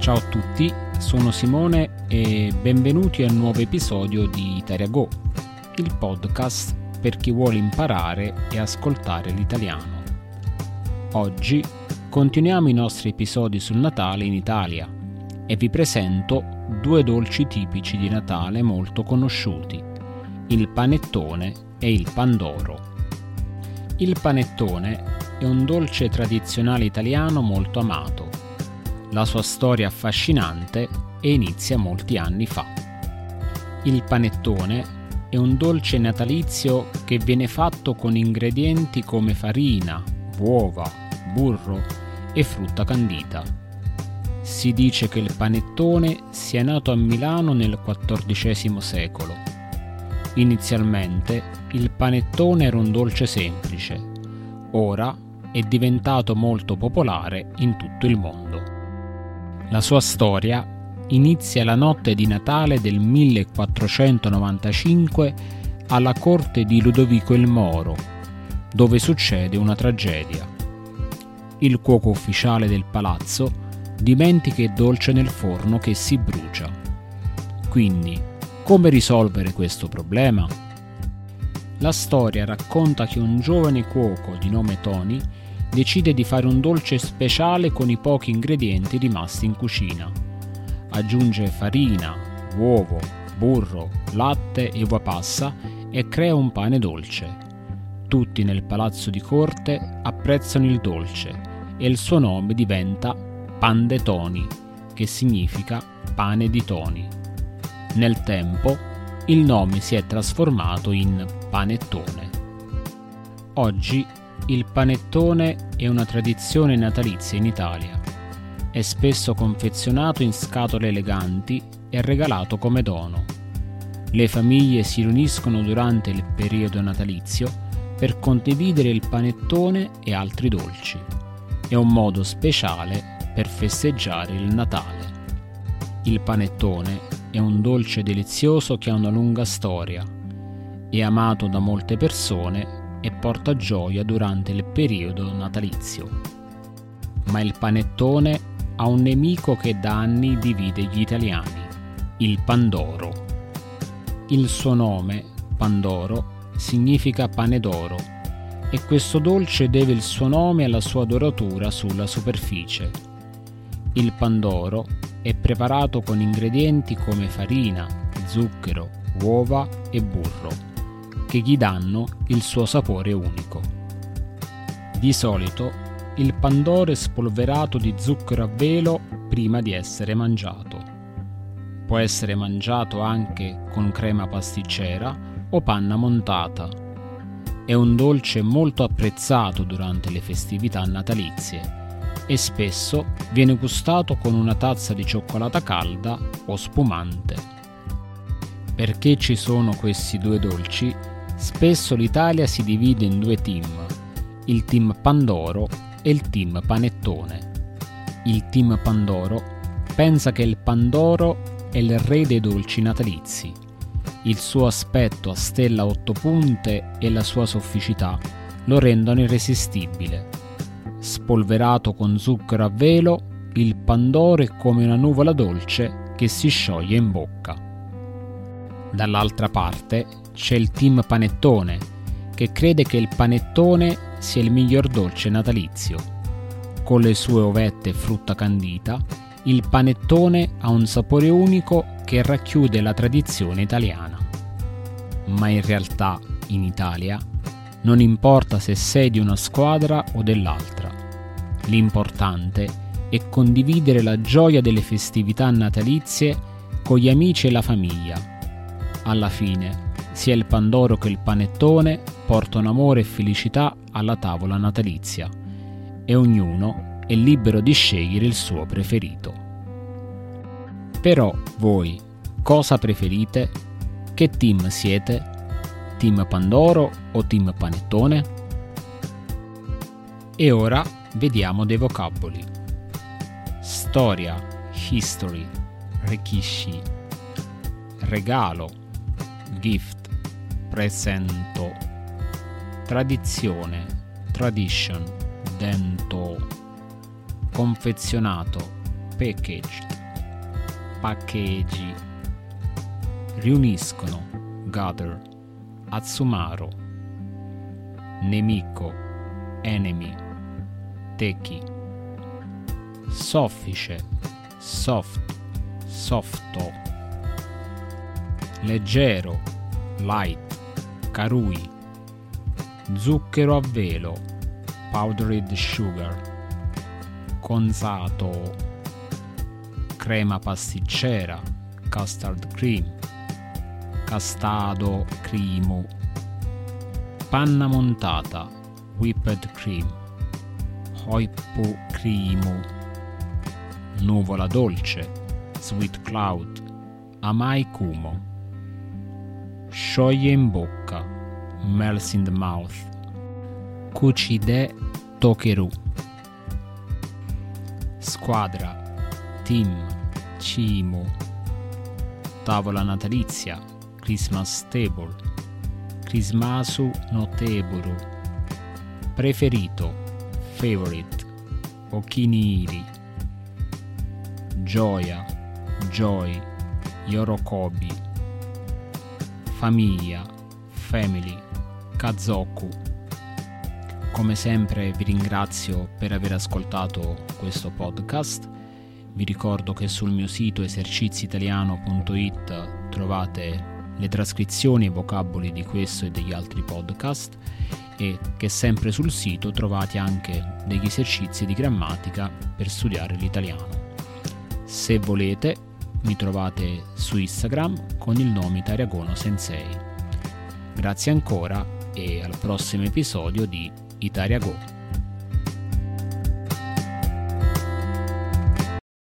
Ciao a tutti, sono Simone e benvenuti al nuovo episodio di Italia Go, il podcast per chi vuole imparare e ascoltare l'italiano. Oggi continuiamo i nostri episodi sul Natale in Italia e vi presento due dolci tipici di Natale molto conosciuti, il panettone e il pandoro. Il panettone è un dolce tradizionale italiano molto amato. La sua storia è affascinante e inizia molti anni fa. Il panettone è un dolce natalizio che viene fatto con ingredienti come farina, uova, burro e frutta candita. Si dice che il panettone sia nato a Milano nel XIV secolo. Inizialmente il panettone era un dolce semplice, ora è diventato molto popolare in tutto il mondo. La sua storia inizia la notte di Natale del 1495 alla corte di Ludovico il Moro, dove succede una tragedia. Il cuoco ufficiale del palazzo dimentica il dolce nel forno che si brucia. Quindi, come risolvere questo problema? La storia racconta che un giovane cuoco di nome Tony decide di fare un dolce speciale con i pochi ingredienti rimasti in cucina. Aggiunge farina, uovo, burro, latte e uva passa e crea un pane dolce. Tutti nel palazzo di corte apprezzano il dolce e il suo nome diventa Pan de Toni, che significa pane di Toni. Nel tempo il nome si è trasformato in panettone. Oggi il panettone è una tradizione natalizia in Italia. È spesso confezionato in scatole eleganti e regalato come dono. Le famiglie si riuniscono durante il periodo natalizio per condividere il panettone e altri dolci. È un modo speciale per festeggiare il Natale. Il panettone è un dolce delizioso che ha una lunga storia. È amato da molte persone e porta gioia durante il periodo natalizio. Ma il panettone ha un nemico che da anni divide gli italiani, il pandoro. Il suo nome, pandoro, significa pane d'oro e questo dolce deve il suo nome alla sua doratura sulla superficie. Il pandoro è preparato con ingredienti come farina, zucchero, uova e burro, che gli danno il suo sapore unico. Di solito il pandoro è spolverato di zucchero a velo prima di essere mangiato. Può essere mangiato anche con crema pasticcera o panna montata. È un dolce molto apprezzato durante le festività natalizie e spesso viene gustato con una tazza di cioccolata calda o spumante. Perché ci sono questi due dolci? Spesso l'Italia si divide in due team, il team Pandoro e il team Panettone. Il team Pandoro pensa che il Pandoro è il re dei dolci natalizi. Il suo aspetto a stella a 8 punte e la sua sofficità lo rendono irresistibile. Spolverato con zucchero a velo, il Pandoro è come una nuvola dolce che si scioglie in bocca. Dall'altra parte c'è il team Panettone, che crede che il panettone sia il miglior dolce natalizio. Con le sue ovette e frutta candita, il panettone ha un sapore unico che racchiude la tradizione italiana. Ma in realtà, in Italia, non importa se sei di una squadra o dell'altra. L'importante è condividere la gioia delle festività natalizie con gli amici e la famiglia. Alla fine, sia il pandoro che il panettone portano amore e felicità alla tavola natalizia e ognuno è libero di scegliere il suo preferito. Però voi cosa preferite? Che team siete? Team Pandoro o team Panettone? E ora vediamo dei vocaboli. Storia, history, rekishi, regalo, gift, presento, tradizione, tradition, dento, confezionato, packaged, paccheggi, riuniscono, gather, Atsumaru, nemico, enemy, teki, soffice, soft, softo, leggero, light, karui, zucchero a velo, powdered sugar, conzato, crema pasticcera, custard cream, castado, crimu, panna montata, whipped cream, hoippu crimu, nuvola dolce, sweet cloud, amai kumo, scioglie in bocca, melts in the mouth, kuchide tokeru, squadra, team, cimu, tavola natalizia, Christmas table, Christmasu no teburu, preferito, favorite, okiniiri, gioia, joy, yorokobi, famiglia, family, kazoku. Come sempre vi ringrazio per aver ascoltato questo podcast. Vi ricordo che sul mio sito eserciziitaliano.it trovate le trascrizioni e vocaboli di questo e degli altri podcast e che sempre sul sito trovate anche degli esercizi di grammatica per studiare l'italiano. Se volete mi trovate su Instagram con il nome Italiagono Sensei. Grazie ancora e al prossimo episodio di Italiago.